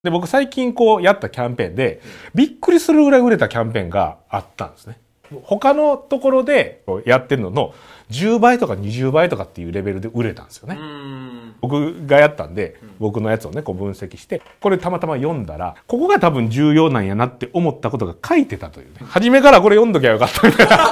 で、僕最近こうやったキャンペーンで、びっくりするぐらい売れたキャンペーンがあったんですね。他のところでやってるのの10倍とか20倍とかっていうレベルで売れたんですよね。僕がやったんで、僕のやつをね、こう分析して、これたまたま読んだら、ここが多分重要なんやなって思ったことが書いてたというね。初めからこれ読んどきゃよかったみたいな。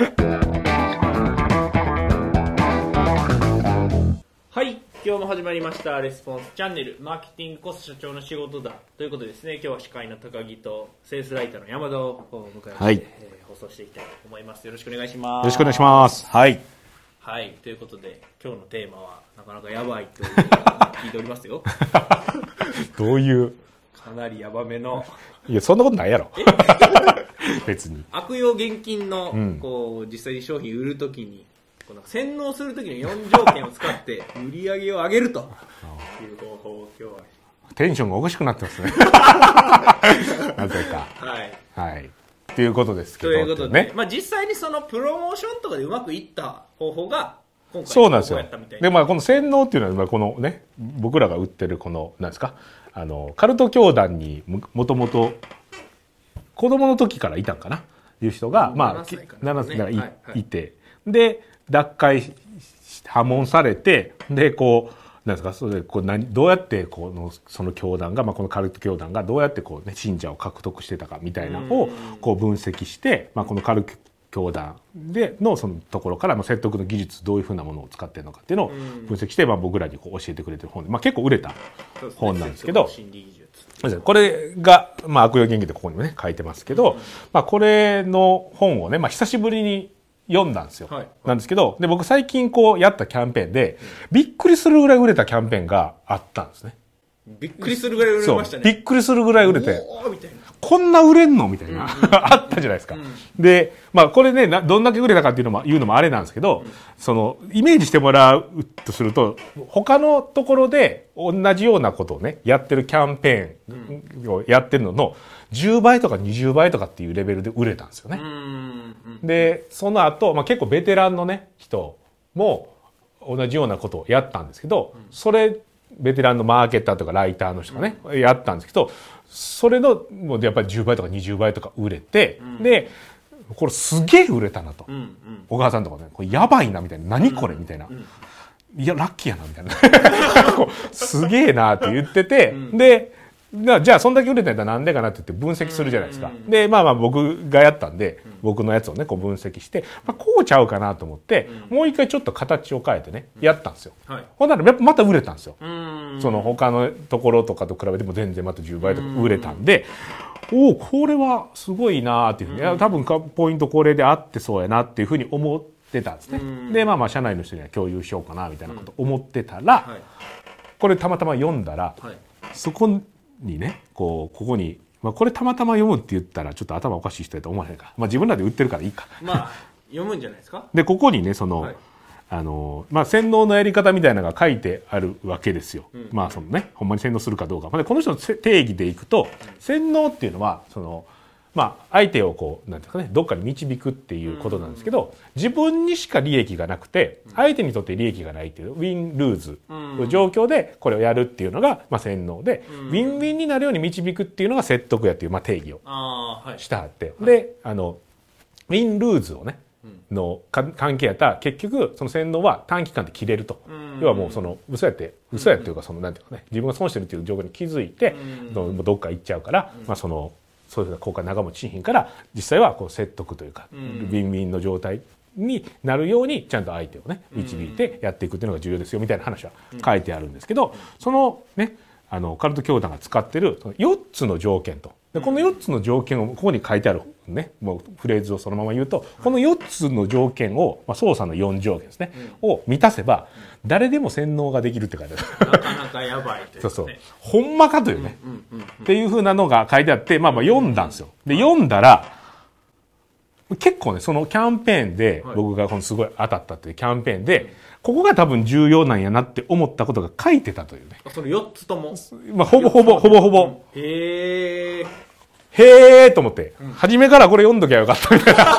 はい。今日も始まりましたレスポンスチャンネルマーケティングこそ社長の仕事だということでですね、今日は司会の高木とセールスライターの山田を迎えて、 はい放送していきたいと思います。よろしくお願いします。 よろしくお願いします。はい。 はい、ということで今日のテーマはなかなかやばいというふうに聞いておりますよ。 どういうかなりヤバめのいやそんなことないやろ。別に悪用現金の、こう実際に商品売るときにこの洗脳するときの4条件を使って売り上げを上げるという方法を今日はテンションがおかしくなってますね。なぜか。はい。ということですけど。 ということで、ね、まあ実際にそのプロモーションとかでうまくいった方法が今回そうなんですよ。 やったみたいな。 で、まあこの洗脳っていうのは、このね、僕らが売ってるこの、なんですか、カルト教団にもともと子供の時からいたんかないう人が、まあ、7歳からいて、で、脱会、破門されて、で、こう、なんですか、それでこうどうやってその教団が、まあ、このカルト教団がどうやってこう、ね、信者を獲得してたかみたいなのをこう分析して、まあ、このカルト教団でのそのところからの説得の技術どういうふうなものを使っているのかっていうのを分析して、まあ、僕らにこう教えてくれてる本で、まあ、結構売れた本なんですけど、これが、まあ、悪用言語でここにもね書いてますけど、まあ、これの本をね、まあ、久しぶりに読んだんですよ、なんですけど、で僕最近こうやったキャンペーンでびっくりするぐらい売れたキャンペーンがあったんですね。 びっくりするぐらい売れましたね。 びっくりするぐらい売れて、こんな売れんのみたいな、あったじゃないですか。で、まあこれね、どんだけ売れたかっていうのもあれなんですけど、そのイメージしてもらうとすると、他のところで同じようなことをねやってるキャンペーンをやってるのの10倍とか20倍とかっていうレベルで売れたんですよね。でその後、まあ、結構ベテランのね人も同じようなことをやったんですけど、それベテランのマーケターとかライターの人がね、やったんですけど、それのもうやっぱり10倍とか20倍とか売れて、でこれすげえ売れたなと、小川さんとかね、これやばいなみたいな、何これみたいな、いやラッキーやなみたいなすげえなって言ってて、でじゃあそんだけ売れてんだなんでかなって言って分析するじゃないですか。でまあ僕がやったんで、僕のやつをねこう分析して、まあ、こうちゃうかなと思って、もう一回ちょっと形を変えてねやったんですよ。ほんならやっぱまた売れたんですよ。その他のところとかと比べても全然また10倍とか売れたんで、おおこれはすごいなっていうふうに、多分ポイントこれであってそうやなっていうふうに思ってたんですね。でまあ社内の人には共有しようかなみたいなこと思ってたら、これたまたま読んだら、そこにねここに、まあ、これたまたま読むって言ったらちょっと頭おかしい人やと思わへんか、まあ、自分らで売ってるからいいか、 まあ読むんじゃないですか。でここにねその、まあ、洗脳のやり方みたいなのが書いてあるわけですよ。まあそのねほんまに洗脳するかどうか、この人の定義でいくと、洗脳っていうのはそのまあ相手をこうなんていうかねどっかに導くっていうことなんですけど、自分にしか利益がなくて相手にとって利益がないっていうウィンルーズの状況でこれをやるっていうのがまあ洗脳で、ウィンウィンになるように導くっていうのが説得やっていうまあ定義をしてあって、でウィンルーズをねの関係やったら結局その洗脳は短期間で切れると、要はもうその嘘やっていうかそのなんていうかね自分が損してるっていう状況に気づいてどっか行っちゃうから、まあそのそういう効果長持ちしひんから、実際はこう説得というか、ウィンウィンの状態になるようにちゃんと相手をね導いてやっていくっていうのが重要ですよみたいな話は書いてあるんですけど、そのねカルト教団が使ってるその4つの条件と、でこの4つの条件をここに書いてあるね、もうフレーズをそのまま言うと、この4つの条件を、まあ、操作の4条件ですね、を満たせば誰でも洗脳ができるって書いてある。 なかなかやばいというね。 そうほんまかというね、っていう風なのが書いてあって、まあ読んだんですよ。で読んだら結構ねそのキャンペーンで、僕がこのすごい当たったっていうキャンペーンで、ここが多分重要なんやなって思ったことが書いてたというね。 その4つとも、 まあ、ほぼ、 へーと思って、初めからこれ読んどきゃよかったみたいな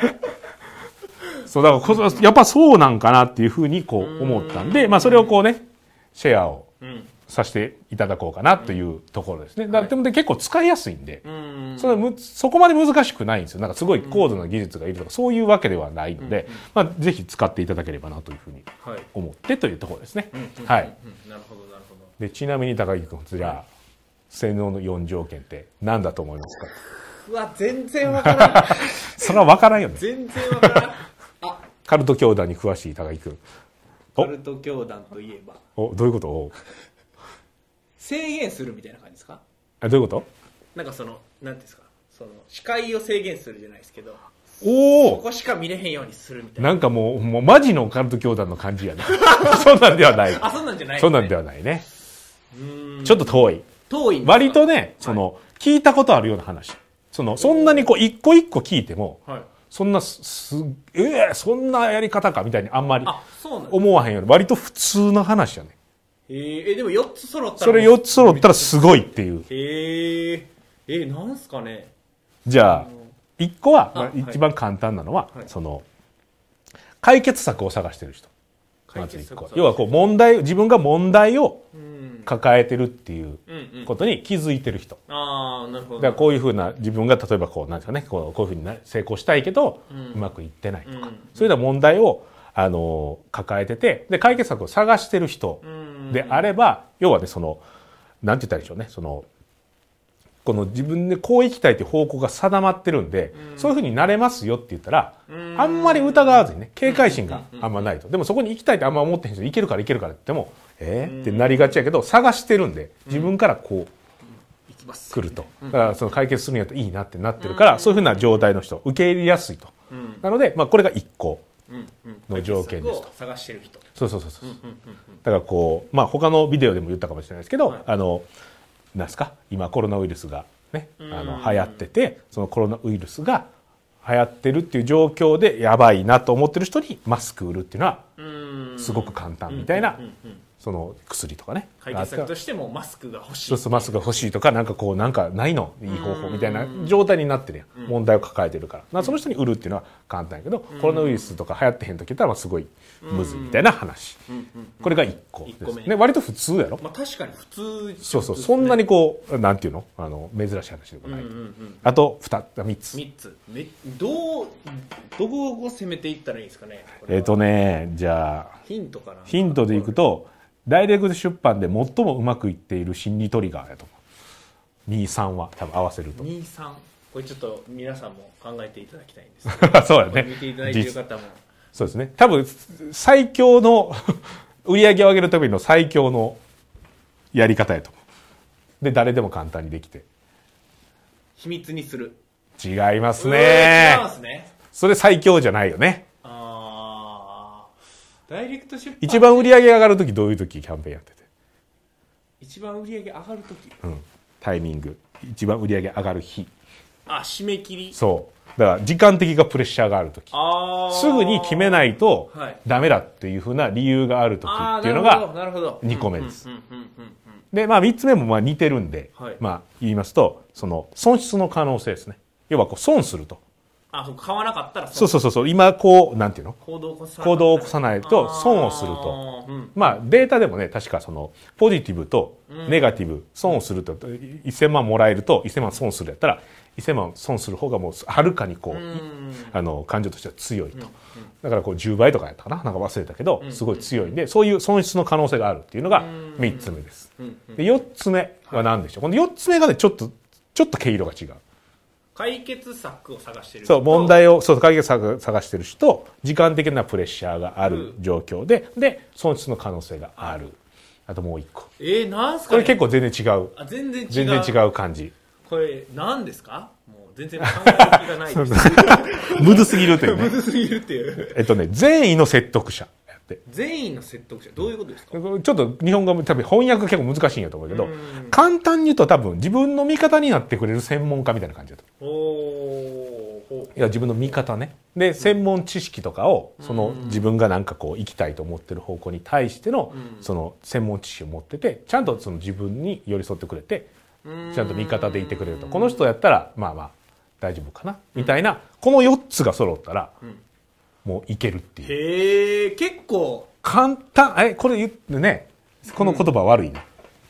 そうだからやっぱそうなんかなっていうふうにこう思ったんで、まあそれをこうねシェアをさせていただこうかなというところですね。だからで結構使いやすいんで、そこまで難しくないんですよ。なんかすごい高度な技術がいるとかそういうわけではないので、まあ、ぜひ使っていただければなというふうに思ってというところですね。はい。 なるほどなるほど。 でちなみに高木君、じゃあ性能の4条件って何だと思いますか？ うわ、全然わからん。 それはわからんよね。 全然わからん。あ、 カルト教団に詳しい高木君。 カルト教団といえば。 どういうこと？ 制限するみたいな感じですか？ どういうこと？ なんかなんていうんですか、視界を制限するじゃないですけど、そこしか見れへんようにするみたいな。 なんかもうマジのカルト教団の感じやね。そんなんではない。 あ、そんなんじゃない、ね。 そんなんではないね。ちょっと遠い。 遠い。 割とね、聞いたことあるような話。そんなに一個一個聞いても、はい、そんなそんなやり方かみたいにあんまり思わへんような、割と普通の話やね。 でも4つ揃ったら。 それ4つ揃ったらすごいっていう。 なんすかね。 じゃあ、1個は、一番簡単なのは、解決策を探してる人。まず1個。要は自分が問題を抱えてるっていうことに気づいてる人。 ああ、なるほど。 だからこういうふうな、自分が例えばなんですかね、こういうふうに成功したいけど、うまくいってないとか、そういうような問題を、抱えてて、で、解決策を探してる人であれば、要はね、なんて言ったらいいでしょうね、この自分でこう生きたいという方向が定まってるんで、そういうふうになれますよって言ったら、あんまり疑わずにね、警戒心があんまないと。でもそこに行きたいってあんま思ってへん人、いけるからって言っても、ってなりがちやけど、探してるんで、自分から来ると。だから解決するんやったらいいなってなってるから、そういうふうな状態の人、受け入れやすいと。なので、まあこれが1個の条件ですと。 探してる人。 そう。だからまあ他のビデオでも言ったかもしれないですけど、なんですか、今コロナウイルスがね、流行ってて、そのコロナウイルスが流行ってるっていう状況でやばいなと思ってる人にマスク売るっていうのはすごく簡単みたいな、薬とかね。 解決策としてもマスクが欲しい。 そう、マスクが欲しいとか、なんかないのいい方法みたいな状態になってるやん。問題を抱えてるから。その人に売るっていうのは簡単やけど、コロナウイルスとか流行ってへん時言ったらすごいむずいみたいな話。これが1個ですね。割と普通やろ？ まあ確かに普通。 そう。そんなになんていうの？珍しい話でもない。あと3つ。 3つ。どこを攻めていったらいいですかね？ じゃあ、 ヒントかな。 ヒントでいくと、ダイレクト出版で最もうまくいっている心理トリガーやと思う。2、3は多分合わせると。 2、3。これちょっと皆さんも考えていただきたいんです。 そうだね。 見ていただいている方も。 そうですね。多分、最強の売り上げを上げるための最強のやり方やと思う。で、誰でも簡単にできて。 秘密にする。 違いますね。 違いますね。 それ最強じゃないよね。 ダイレクト出版一番売り上げ上がるときどういうときキャンペーンやってて？ 一番売り上げ上がるとき、 タイミング、一番売り上げ上がる日。 締め切り。 そうだから時間的がプレッシャーがあるとき、すぐに決めないとダメだっていうふうな理由があるときっていうのが2個目です。で、まあ3つ目もまあ似てるんで、まあ言いますと、損失の可能性ですね。要は損すると。 買わなかったらそう。今なんていうの？行動を起こさないと損をすると。まあデータでもね、確かポジティブとネガティブ、損をすると、1000万もらえると1000万損するやったら、1000万損する方がもうはるかに感情としては強いと。だから10倍とかやったかな？なんか忘れたけど、すごい強いんで、そういう損失の可能性があるっていうのが3つ目です。で、4つ目は何でしょう？この4つ目がね、ちょっと毛色が違う。 解決策を探してる人。そう、解決策を探してる人、時間的なプレッシャーがある状況で、損失の可能性がある。あともう1個。 なんすかね？ これ結構全然違う。 全然違う感じ。 これ、何ですか？もう全然考える気がないです。 むずすぎるっていうね。 むずすぎるっていう。 善意の説得者。 善意の説得者、どういうことですか？ ちょっと日本語も多分翻訳結構難しいんやと思うけど、簡単に言うと多分自分の味方になってくれる専門家みたいな感じだと。いや、自分の味方ね。で、専門知識とかを、自分がなんか行きたいと思ってる方向に対しての、専門知識を持ってて、ちゃんと自分に寄り添ってくれて、ちゃんと味方でいてくれると。この人やったら、まあ大丈夫かなみたいな、この4つが揃ったら、もういけるっていう。 結構。 簡単、これ言ってね、この言葉悪いね。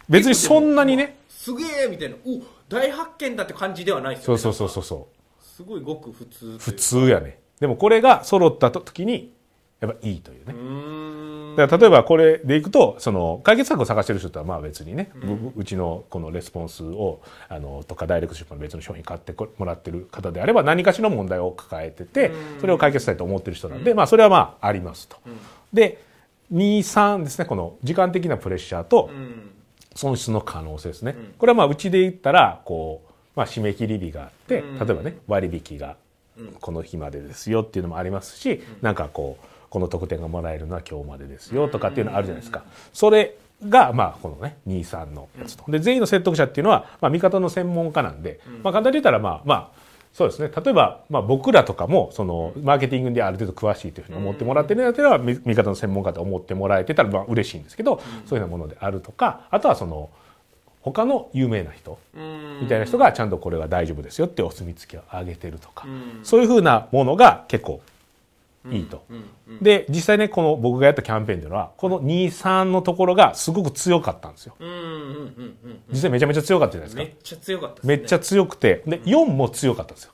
別にそんなにね、 すげえみたいな、大発見だって感じではないですよね。 そうすごいごく普通。 普通やね。でもこれが揃った時にやっぱいいというね。だから例えばこれでいくと、その解決策を探してる人ってまあ別にね、うちのこのレスポンスをとかダイレクト出版の別の商品買ってもらってる方であれば、何かしらの問題を抱えてて、それを解決したいと思ってる人なんで、まあそれはまあありますと。で2、3ですね、この時間的なプレッシャーと損失の可能性ですね。これはまあうちで言ったらこう、まあ、締め切り日があって、例えばね割引がこの日までですよっていうのもありますし、なんかこうこの特典がもらえるのは今日までですよとかっていうのあるじゃないですか。それがまあこのね2、3のやつと。で全員の説得者っていうのはまあ味方の専門家なんで、まあ簡単に言ったらまあそうですね。例えばまあ僕らとかもそのマーケティングである程度詳しいというふうに思ってもらってるんだったら味方の専門家と思ってもらえてたらまあ嬉しいんですけど、そういうようなものであるとか、あとはその他の有名な人みたいな人がちゃんとこれは大丈夫ですよってお墨付きをあげてるとか、そういうふうなものが結構いいと。で実際ねこの僕がやったキャンペーンというのはこの2、3のところがすごく強かったんですよ。実際めちゃめちゃ強かったじゃないですか。 めっちゃ強かったですね。 めっちゃ強くて、で4も強かったんですよ。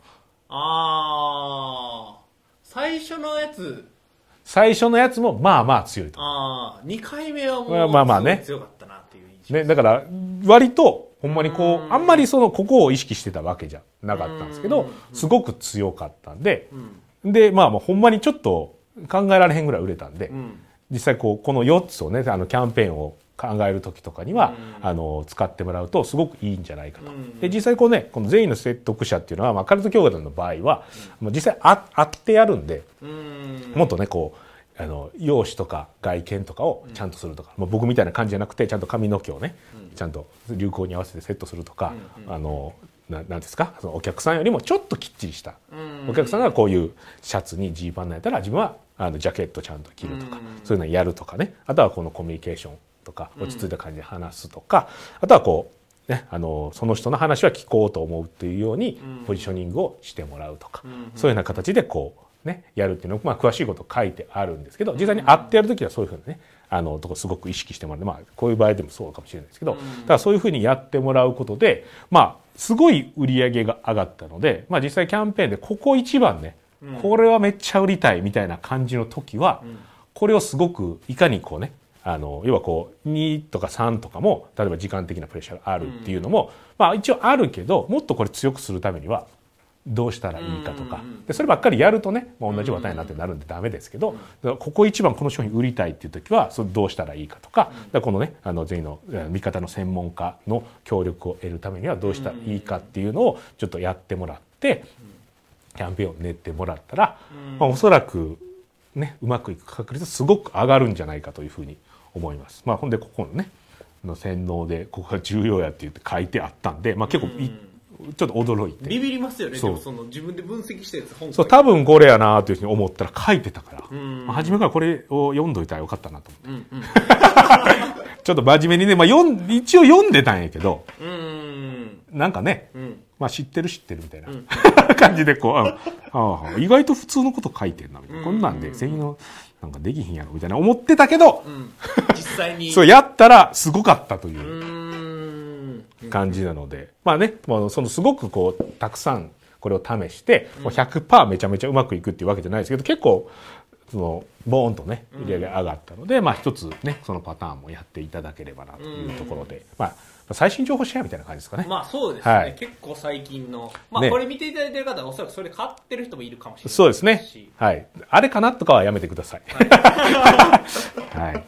最初のやつ。 最初のやつもまあまあ強いと。 2回目はもうまあまあね強かったなっていう印象。 ね、だから割とほんまにこうあんまりそのここを意識してたわけじゃなかったんですけど、すごく強かったんで、でまあほんまにちょっと考えられへんぐらい売れたんで、実際この4つをねキャンペーンを考える時とかには、使ってもらうとすごくいいんじゃないかと。で実際この全員の説得者っていうのは、まあ、カルト教団の場合は、もう実際会ってやるんで、もっとね容姿とか外見とかをちゃんとするとか、僕みたいな感じじゃなくてちゃんと髪の毛をね、ちゃんと流行に合わせてセットするとか、なんですか、そのお客さんよりもちょっときっちりした、お客さんがこういうシャツにジーパンなんやったら自分はジャケットちゃんと着るとか、そういうのやるとかね。あとはこのコミュニケーションとか落ち着いた感じで話すとか、あとはこうねその人の話は聞こうと思うというようにポジショニングをしてもらうとか、そういうような形でこうねやるっていうのを、まあ、詳しいこと書いてあるんですけど、実際に会ってやるときはそういうふうなねとこすごく意識してもらって、まあこういう場合でもそうかもしれないですけど、だからそういうふうにやってもらうことでまあすごい売り上げが上がったので、まあ実際キャンペーンでここ一番ね、これはめっちゃ売りたいみたいな感じの時は、これをすごくいかにこうね要はこう2とか3とかも例えば時間的なプレッシャーがあるっていうのも、まあ一応あるけど、もっとこれ強くするためにはどうしたらいいかとか、でそればっかりやるとね、まあ、同じパターンになってなるんでダメですけど、だからここ一番この商品売りたいっていう時はそれどうしたらいいかとか、だからこのね全員の味方の専門家の協力を得るためにはどうしたらいいかっていうのをちょっとやってもらってキャンペーンを練ってもらったら、まあ、おそらくねうまくいく確率すごく上がるんじゃないかというふうに思います。まあほんでここのね洗脳でここが重要やって言って書いてあったんで、まあ結構ちょっと驚いてビビりますよね。でもその自分で分析したやつ本そう多分これやなというふうに思ったら書いてたから、まあ、初めからこれを読んどいたらよかったなと思って、ちょっと真面目にね、まあ、一応読んでたんやけど、なんかね、まあ、知ってるみたいな、感じでこう意外と普通のこと書いてんなみたいな、こんなんで専用なんかできひんやろみたいな思ってたけど、 実際にそうやったらすごかったという感じなので、まあね、そのすごくこうたくさんこれを試して、もう 100% めちゃめちゃうまくいくっていうわけじゃないですけど、結構そのボーンとね売り上げ上がったので、まあ一つねそのパターンもやっていただければなというところで、まあ最新情報シェアみたいな感じですかね。 まあそうですね、はい、結構最近の、まあ、ね、これ見ていただいている方はおそらくそれで買ってる人もいるかもしれない。 そうですね、はい、あれかなとかはやめてください。 はい、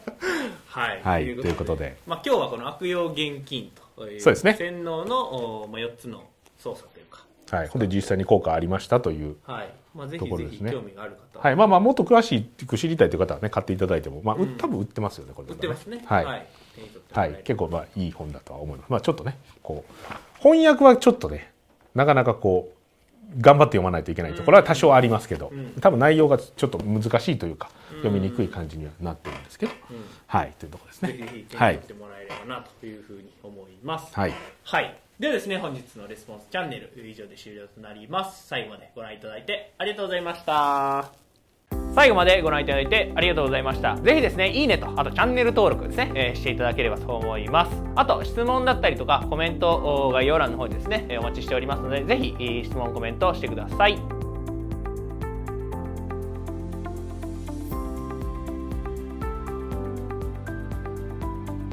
はい、ということで、 まあ、今日はこの悪用現金というそうですね、 洗脳の、まあ、4つの操作というか、 はい、ほんで実際に効果ありましたという、 はい、まあ、ぜひぜひ興味がある方は、 はい、まあまあもっと詳しく知りたいという方はね買っていただいても、まあ多分売ってますよね、これ、ね、 売ってますね、 はい、はい、結構まあいい本だとは思います。まあちょっとねこう翻訳はちょっとねなかなかこう頑張って読まないといけないところは多少ありますけど、多分内容がちょっと難しいというか、読みにくい感じにはなってるんですけど、はいというところですね。 ぜひぜひ手に取ってもらえればなというふうに思います。 はい、 はい、ではですね、本日のレスポンスチャンネル以上で終了となります。最後までご覧いただいてありがとうございました。 最後までご覧いただいてありがとうございました。ぜひですね、いいねと、あとチャンネル登録ですね、していただければと思います。あと、質問だったりとか、コメント、概要欄の方にですね、お待ちしておりますので、ぜひ、質問、コメントしてください。